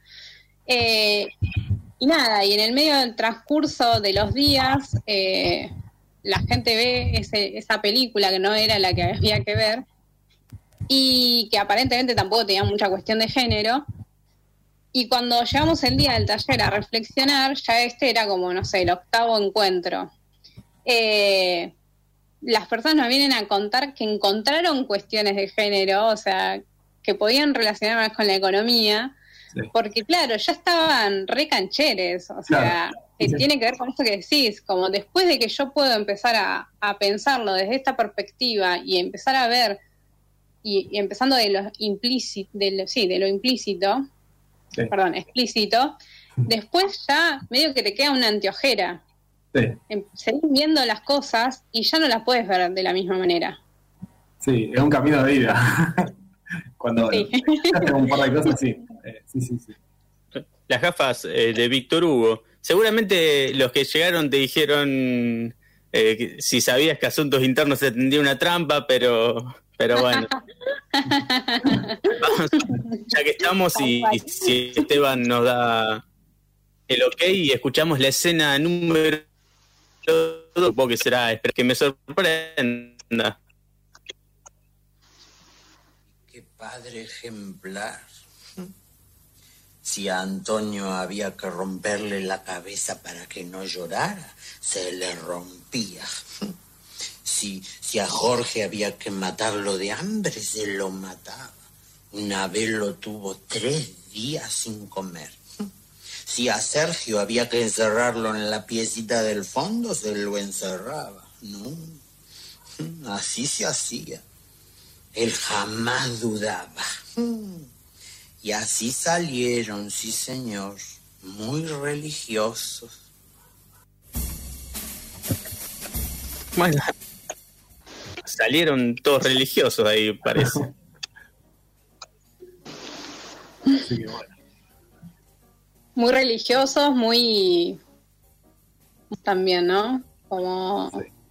Y nada, y en el medio del transcurso de los días, la gente ve esa película que no era la que había que ver y que aparentemente tampoco tenía mucha cuestión de género. Y cuando llegamos el día del taller a reflexionar, ya era como, no sé, el 8º encuentro. Las personas nos vienen a contar que encontraron cuestiones de género, o sea, que podían relacionar más con la economía, porque claro, ya estaban re cancheres, o sea, tiene que ver con esto que decís, como después de que yo puedo empezar a pensarlo desde esta perspectiva y empezar a ver, y empezando de lo implícito, explícito, después ya medio que te queda una anteojera. Seguís viendo las cosas y ya no las puedes ver de la misma manera. Sí, es un camino de vida. Cuando haces un par de cosas, sí. Sí. Las gafas de Víctor Hugo. Seguramente los que llegaron te dijeron que si sabías que Asuntos Internos se tendría una trampa, pero bueno. Vamos, ya que estamos y si Esteban nos da el ok y escuchamos la escena número 2, supongo que será, espero que me sorprenda. Qué padre ejemplar. Si a Antonio había que romperle la cabeza para que no llorara, se le rompía. Si a Jorge había que matarlo de hambre, se lo mataba. Una vez lo tuvo 3 días sin comer. Si a Sergio había que encerrarlo en la piecita del fondo, se lo encerraba. No, así se hacía. Él jamás dudaba. Y así salieron, sí señor, muy religiosos. Bueno, salieron todos religiosos ahí, parece. Así que bueno. Muy religiosos, muy... también, ¿no? Como...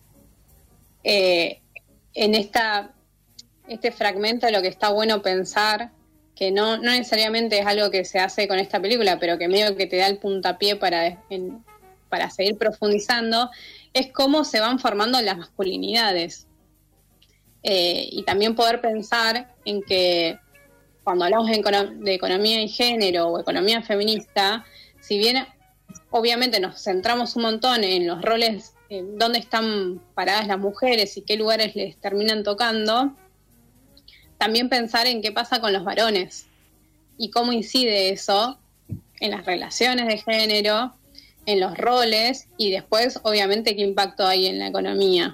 en este fragmento lo que está bueno pensar, que no necesariamente es algo que se hace con esta película, pero que medio que te da el puntapié para seguir profundizando, es cómo se van formando las masculinidades. Y también poder pensar en que cuando hablamos de economía y género o economía feminista, si bien obviamente nos centramos un montón en los roles, dónde están paradas las mujeres y qué lugares les terminan tocando, también pensar en qué pasa con los varones y cómo incide eso en las relaciones de género, en los roles y después, obviamente, qué impacto hay en la economía.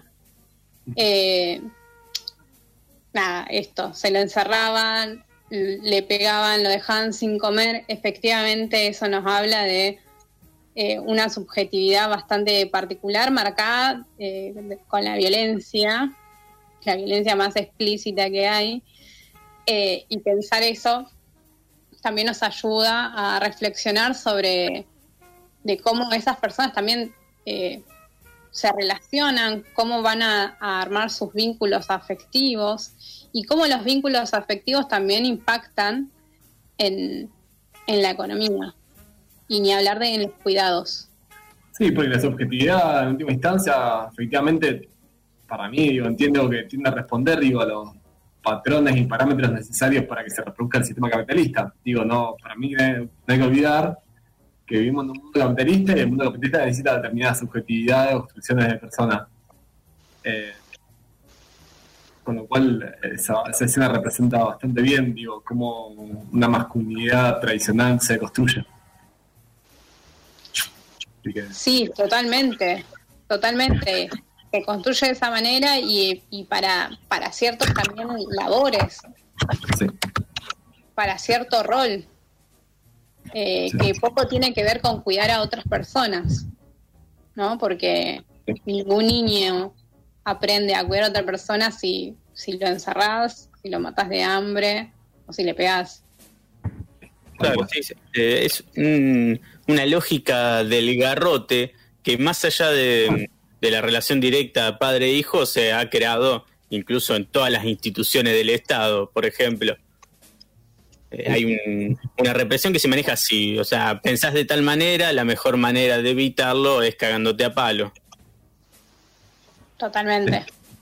Esto, se lo encerraban, le pegaban, lo dejaban sin comer. Efectivamente, eso nos habla de una subjetividad bastante particular, marcada con la violencia más explícita que hay. Y pensar eso también nos ayuda a reflexionar sobre de cómo esas personas también se relacionan, cómo van a armar sus vínculos afectivos y cómo los vínculos afectivos también impactan en la economía. Y ni hablar de en los cuidados. Sí, porque la subjetividad en última instancia, efectivamente, para mí, entiendo que tiende a responder, a los patrones y parámetros necesarios para que se reproduzca el sistema capitalista. Para mí no hay que olvidar que vivimos en un mundo capitalista y el mundo capitalista necesita determinadas subjetividades o construcciones de personas. Con lo cual, esa escena representa bastante bien, cómo una masculinidad tradicional se construye. Sí, totalmente. Se construye de esa manera y para ciertos también labores, para cierto rol, que poco tiene que ver con cuidar a otras personas, ¿no? Porque ningún niño aprende a cuidar a otra persona si lo encerrás, si lo matás de hambre o si le pegás. Claro, sí, es una lógica del garrote que más allá de la relación directa padre-hijo se ha creado incluso en todas las instituciones del Estado, por ejemplo. Hay una represión que se maneja así, o sea, pensás de tal manera, la mejor manera de evitarlo es cagándote a palo. Totalmente.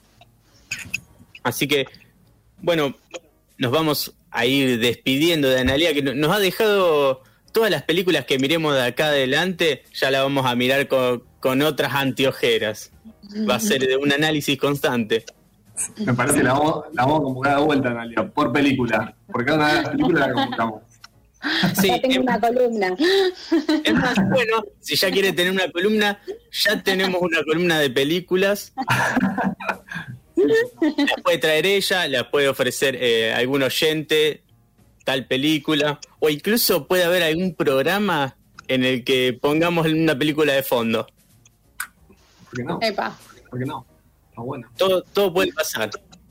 Así que, bueno, nos vamos a ir despidiendo de Analía, que nos ha dejado todas las películas que miremos de acá adelante, ya la vamos a mirar con otras anteojeras. Va a ser de un análisis constante. Me parece que la vamos a convocar de vuelta, Analia, por película. Porque cada una de las películas la comentamos. Sí, Ya tengo una columna. es más, bueno, si ya quiere tener una columna, ya tenemos una columna de películas. La puede traer ella, la puede ofrecer algún oyente, tal película, o incluso puede haber algún programa en el que pongamos una película de fondo. ¿Por qué no? Epa. ¿Por qué no? Está bueno. Todo puede pasar.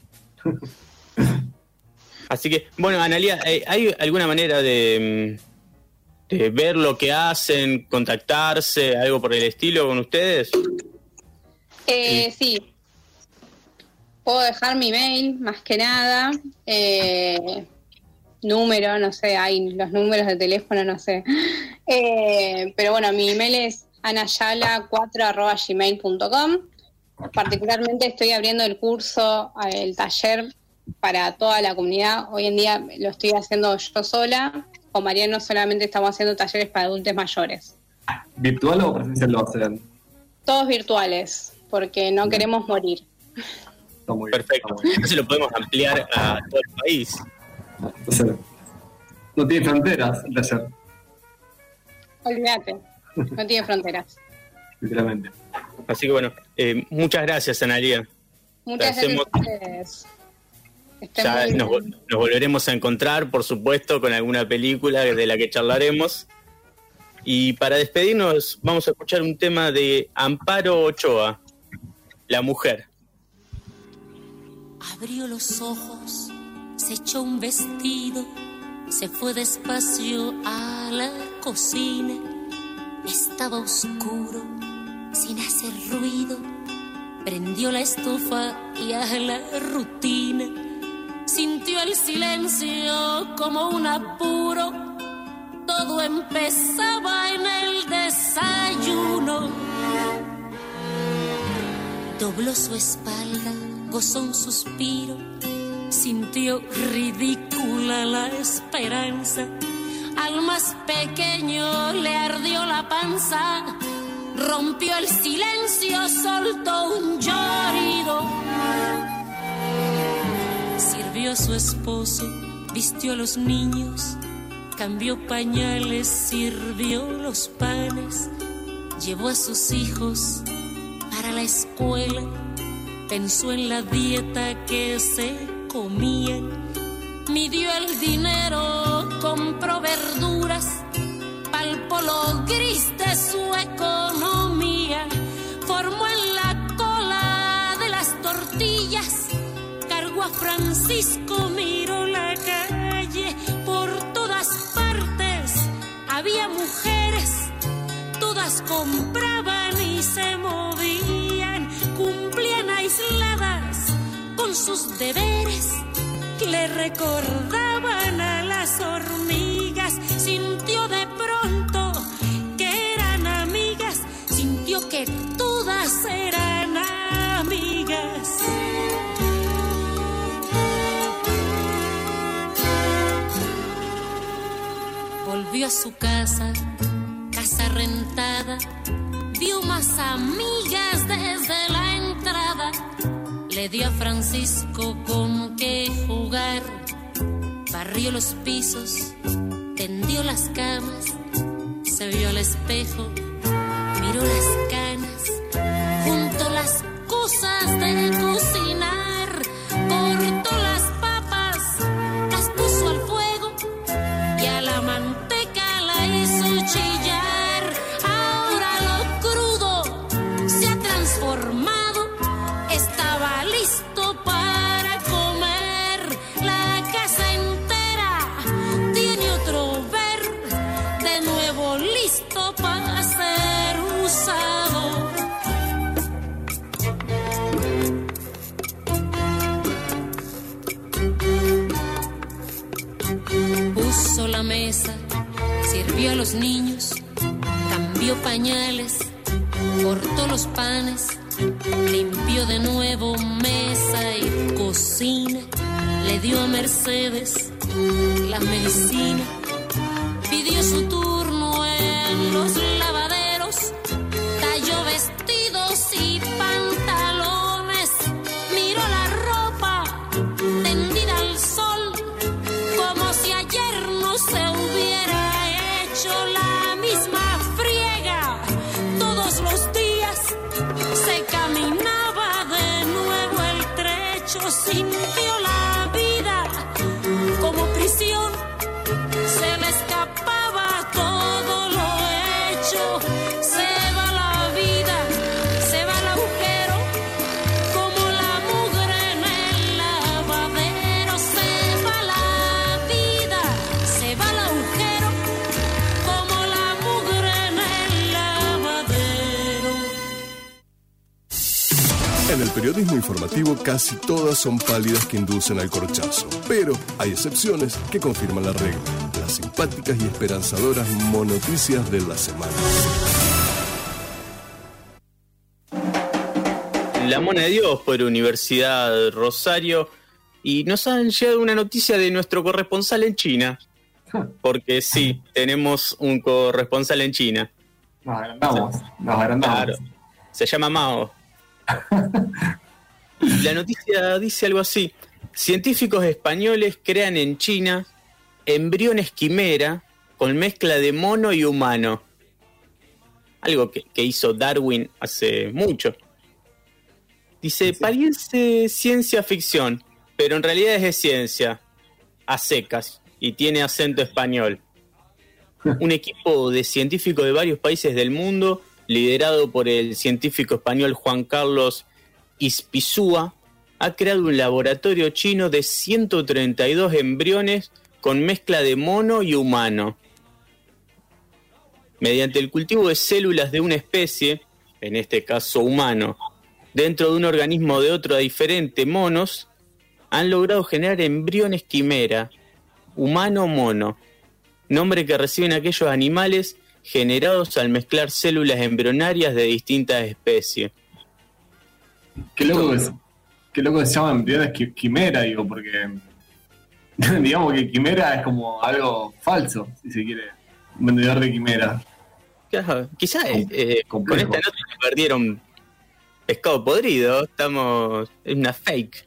Así que, bueno, Analía, ¿hay alguna manera de ver lo que hacen, contactarse, algo por el estilo con ustedes? Sí. Puedo dejar mi mail, más que nada. Número, no sé, hay los números de teléfono, no sé. Pero bueno, mi email es anayala4@gmail.com. Particularmente estoy abriendo el curso, el taller para toda la comunidad. Hoy en día lo estoy haciendo yo sola. Con Mariano solamente estamos haciendo talleres para adultos mayores. ¿Virtual o presencial lo hacen? Todos virtuales, porque no queremos morir. Está muy bien. Perfecto. Entonces lo podemos ampliar a todo el país. Entonces, no tiene fronteras el taller, Olvídate, no tiene fronteras. literalmente. Así que bueno, muchas gracias, Analía. Muchas gracias a ustedes. Estén Ya muy nos bien. volveremos a encontrar, por supuesto, con alguna película de la que charlaremos. Y para despedirnos, vamos a escuchar un tema de Amparo Ochoa, La Mujer. Abrió los ojos, se echó un vestido, se fue despacio a la cocina. Estaba oscuro, sin hacer ruido. Prendió la estufa y a la rutina. Sintió el silencio como un apuro. Todo empezaba en el desayuno. Dobló su espalda, gozó un suspiro. Sintió ridícula la esperanza. Al más pequeño le ardió la panza. Rompió el silencio, soltó un llorido. Sirvió a su esposo, vistió a los niños, cambió pañales, sirvió los panes, llevó a sus hijos para la escuela, pensó en la dieta que se comían, midió el dinero, compró verduras, palpó lo gris de su economía, formó en la cola de las tortillas, cargó a Francisco, miró la calle, por todas partes había mujeres, todas compraban y se movían, cumplían aisladas con sus deberes, le recordaban a las hormigas, sintió de pronto que eran amigas, sintió que todas eran amigas. Volvió a su casa, casa rentada, vio más amigas desde la entrada, le dio a Francisco con qué jugar, barrió los pisos, tendió las camas, se vio al espejo, miró las canas, juntó las cosas de cocinar, cortó las papas, las puso al fuego y a la manteca la hizo chillar. Ahora lo crudo se ha transformado, estaba listo para comer. La casa entera tiene otro ver, de nuevo listo para ser usado. Puso la mesa, sirvió a los niños, cambió pañales, cortó los panes, limpió de nuevo mesa y cocina, le dio a Mercedes la medicina, pidió su turno en los lavaderos, talló vestidos y pantalones, miró la ropa tendida al sol como sintió la vida como prisión. Se le escapaba todo lo hecho. Se va la vida, se va el agujero, como la mugre en el lavadero. Se va la vida, se va el agujero, como la mugre en el lavadero. En el periodismo informativo casi todas son pálidas que inducen al corchazo, pero hay excepciones que confirman la regla. Las simpáticas y esperanzadoras monoticias de la semana. La Mona de Dios por Universidad Rosario, y nos han llegado una noticia de nuestro corresponsal en China, porque sí, tenemos un corresponsal en China. Nos agrandamos. Claro, se llama Mao. La noticia dice algo así: científicos españoles crean en China embriones quimera con mezcla de mono y humano. Algo que hizo Darwin hace mucho. Dice, parece ciencia ficción, pero en realidad es de ciencia, a secas, y tiene acento español. Un equipo de científicos de varios países del mundo, liderado por el científico español Juan Carlos Ispizúa, ha creado un laboratorio chino de 132 embriones con mezcla de mono y humano. Mediante el cultivo de células de una especie, en este caso humano, dentro de un organismo de otro diferente, monos, han logrado generar embriones quimera, humano-mono, nombre que reciben aquellos animales generados al mezclar células embrionarias de distintas especies. Qué loco que se llama embriones quimera, digo, porque digamos que quimera es como algo falso, si se quiere, un vendedor de quimera. Claro, quizás con esta nota se perdieron pescado podrido, es una fake.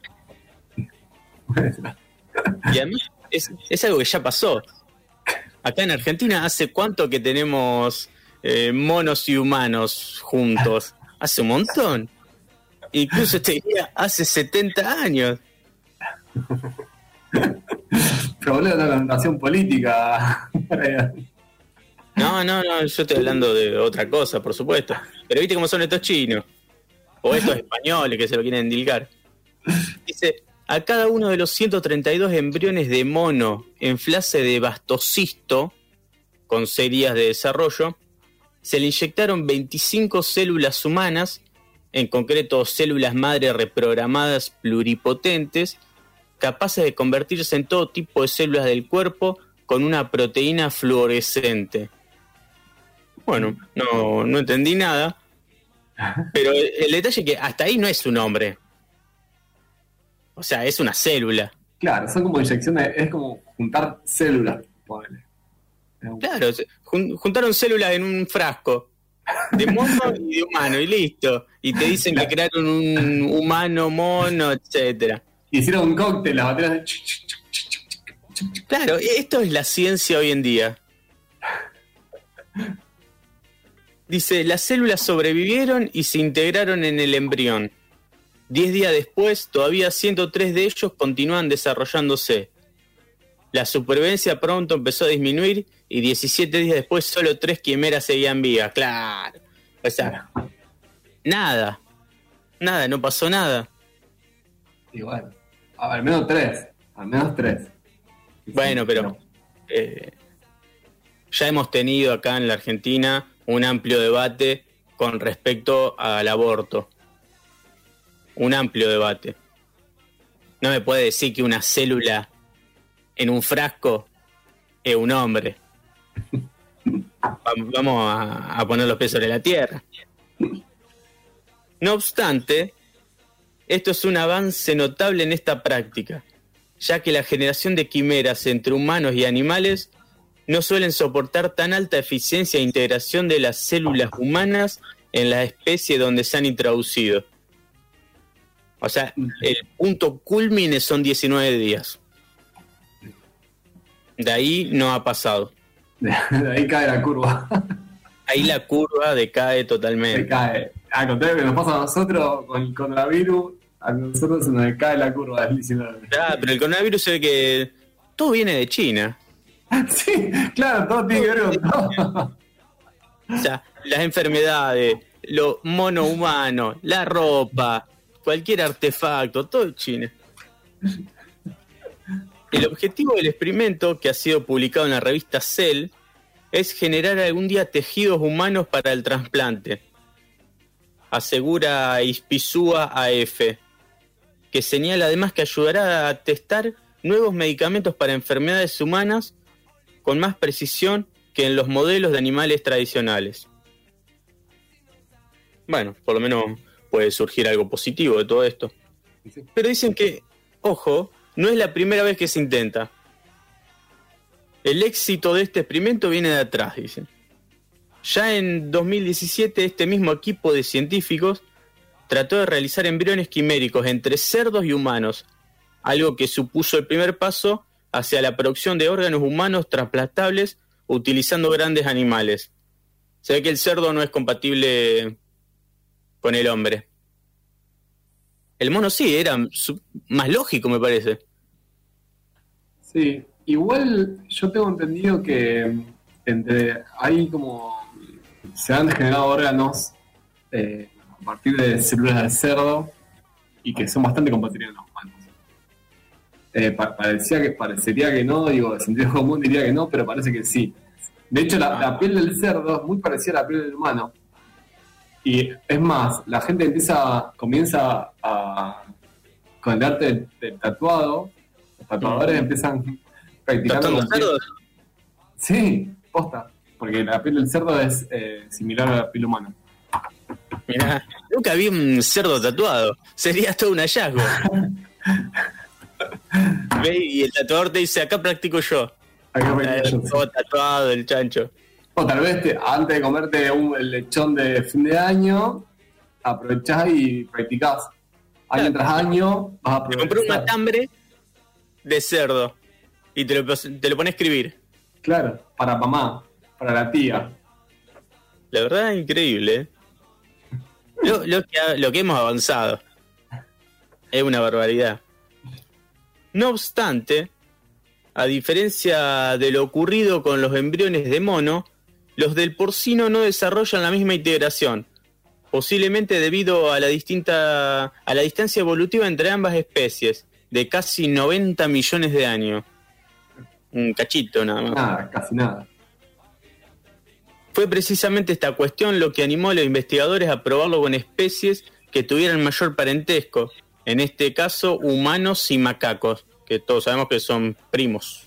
Y además es algo que ya pasó. Acá en Argentina, ¿hace cuánto que tenemos monos y humanos juntos? Hace un montón. Incluso te diría, hace 70 años. Pero boludo, una connotación política. No, yo estoy hablando de otra cosa, por supuesto. Pero viste cómo son estos chinos. O estos españoles que se lo quieren endilgar. Dice, a cada uno de los 132 embriones de mono en fase de blastocisto, con series de desarrollo, se le inyectaron 25 células humanas, en concreto células madre reprogramadas pluripotentes, capaces de convertirse en todo tipo de células del cuerpo con una proteína fluorescente. Bueno, no entendí nada, pero el detalle es que hasta ahí no es un hombre. O sea, es una célula. Claro, son como inyecciones, es como juntar células. Ponele. Claro, juntaron células en un frasco de mono y de humano y listo. Y te dicen que crearon un humano, mono, etcétera. Hicieron un cóctel, las baterías. Claro, esto es la ciencia hoy en día. Dice, las células sobrevivieron y se integraron en el embrión. 10 días después, todavía 103 de ellos continúan desarrollándose. La supervivencia pronto empezó a disminuir y 17 días después solo 3 quimeras seguían vivas. Claro. O sea, nada, no pasó nada. Y bueno, al menos 3. Bueno, pero ya hemos tenido acá en la Argentina un amplio debate con respecto al aborto. Un amplio debate. No me puede decir que una célula en un frasco es un hombre. Vamos a poner los pies sobre la tierra. No obstante, esto es un avance notable en esta práctica, ya que la generación de quimeras entre humanos y animales no suelen soportar tan alta eficiencia e integración de las células humanas en la especie donde se han introducido. O sea, el punto culmine son 19 días. De ahí no ha pasado. De ahí cae la curva. Ahí la curva decae totalmente. Decae. Al contrario que nos pasa a nosotros con el coronavirus, A nosotros se nos cae la curva del 19. Pero el coronavirus se ve que todo viene de China. Sí, claro, todo tiene que ver con todo. O sea, las enfermedades, lo mono humano, la ropa, cualquier artefacto, todo es China. El objetivo del experimento, que ha sido publicado en la revista Cell, es generar algún día tejidos humanos para el trasplante, asegura Ispizua AF, que señala además que ayudará a testar nuevos medicamentos para enfermedades humanas con más precisión que en los modelos de animales tradicionales. Bueno, por lo menos puede surgir algo positivo de todo esto. Pero dicen que, ojo, no es la primera vez que se intenta. El éxito de este experimento viene de atrás, dicen. Ya en 2017 este mismo equipo de científicos trató de realizar embriones quiméricos entre cerdos y humanos, algo que supuso el primer paso hacia la producción de órganos humanos trasplantables utilizando grandes animales. Se ve que el cerdo no es compatible con el hombre. El mono sí, era más lógico, me parece. Sí, igual yo tengo entendido que hay como se han generado órganos a partir de células de cerdo y que son bastante compatibles con los humanos. Parecería que no, digo, de sentido común diría que no, pero parece que sí. De hecho, la piel del cerdo es muy parecida a la piel del humano. Y es más, la gente comienza con el arte del tatuado. Los tatuadores empiezan practicando los cerdos. Sí, posta. Porque la piel del cerdo es similar a la piel humana. Mirá, nunca vi un cerdo tatuado. Sería todo un hallazgo. ¿Ve? Y el tatuador te dice, acá practico yo. Todo tatuado, el chancho. O tal vez antes de comerte el lechón de fin de año, aprovechás y practicás. Año tras año vas a aprovechar. Te compré un matambre de cerdo y te lo pones a escribir. Claro, para mamá, para la tía. La verdad es increíble, ¿eh? Lo que hemos avanzado es una barbaridad. No obstante, a diferencia de lo ocurrido con los embriones de mono, los del porcino no desarrollan la misma integración, posiblemente debido a la distancia evolutiva entre ambas especies, de casi 90 millones de años. Un cachito nada más. Nada, casi nada. Fue precisamente esta cuestión lo que animó a los investigadores a probarlo con especies que tuvieran mayor parentesco, en este caso humanos y macacos, que todos sabemos que son primos.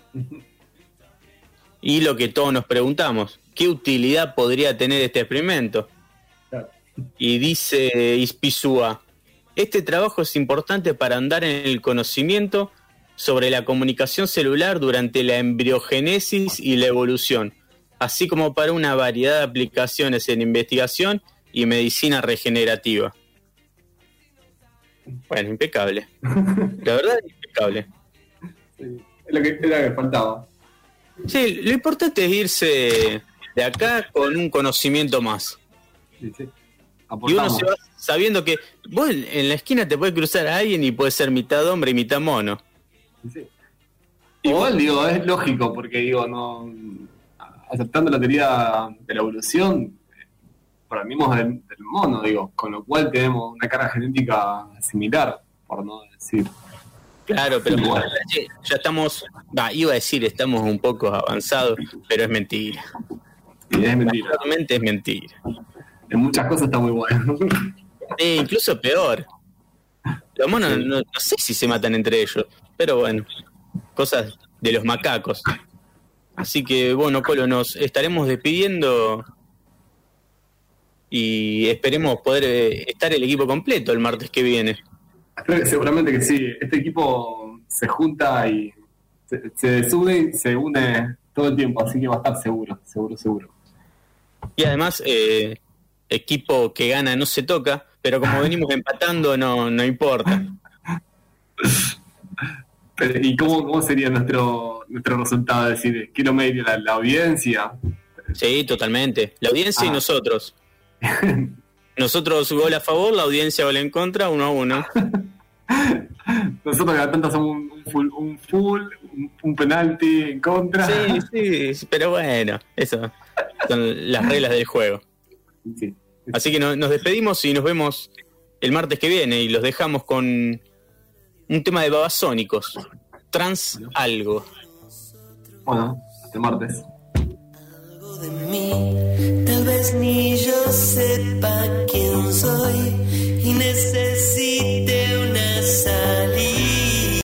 Y lo que todos nos preguntamos, ¿qué utilidad podría tener este experimento? Claro. Y dice Ispizua, este trabajo es importante para andar en el conocimiento sobre la comunicación celular durante la embriogénesis y la evolución, así como para una variedad de aplicaciones en investigación y medicina regenerativa. Bueno, impecable. La verdad es impecable. Sí, es lo que faltaba. Sí, lo importante es irse de acá con un conocimiento más. Sí, sí. Y uno se va sabiendo que vos en la esquina te puede cruzar a alguien y puede ser mitad hombre y mitad mono. Sí, sí. Igual, digo, es lógico, porque digo, no aceptando la teoría de la evolución, provenimos del mono, digo, con lo cual tenemos una carga genética similar, por no decir. Claro, pero ya estamos, iba a decir, estamos un poco avanzados, pero es mentira. Sí, es mentira. Realmente es mentira. En muchas cosas está muy bueno. Incluso peor. Los monos no sé si se matan entre ellos, pero bueno, cosas de los macacos. Así que bueno, Colo, nos estaremos despidiendo y esperemos poder estar el equipo completo el martes que viene. Seguramente que sí. Este equipo se junta y se desune y se une todo el tiempo, así que va a estar seguro. Y además, equipo que gana no se toca, pero como venimos empatando no importa. ¿Y cómo sería nuestro resultado? Es decir, ¿qué lo medio la audiencia? Sí, totalmente. La audiencia y nosotros. Nosotros gol a favor, la audiencia gol en contra, 1-1. Nosotros cada tanto hacemos un penalti en contra. Sí, pero bueno, eso son las reglas del juego. Sí. Así que nos despedimos y nos vemos el martes que viene y los dejamos con un tema de Babasónicos, Trans Algo. Bueno, hasta el martes. De mí, tal vez ni yo sepa quién soy y necesito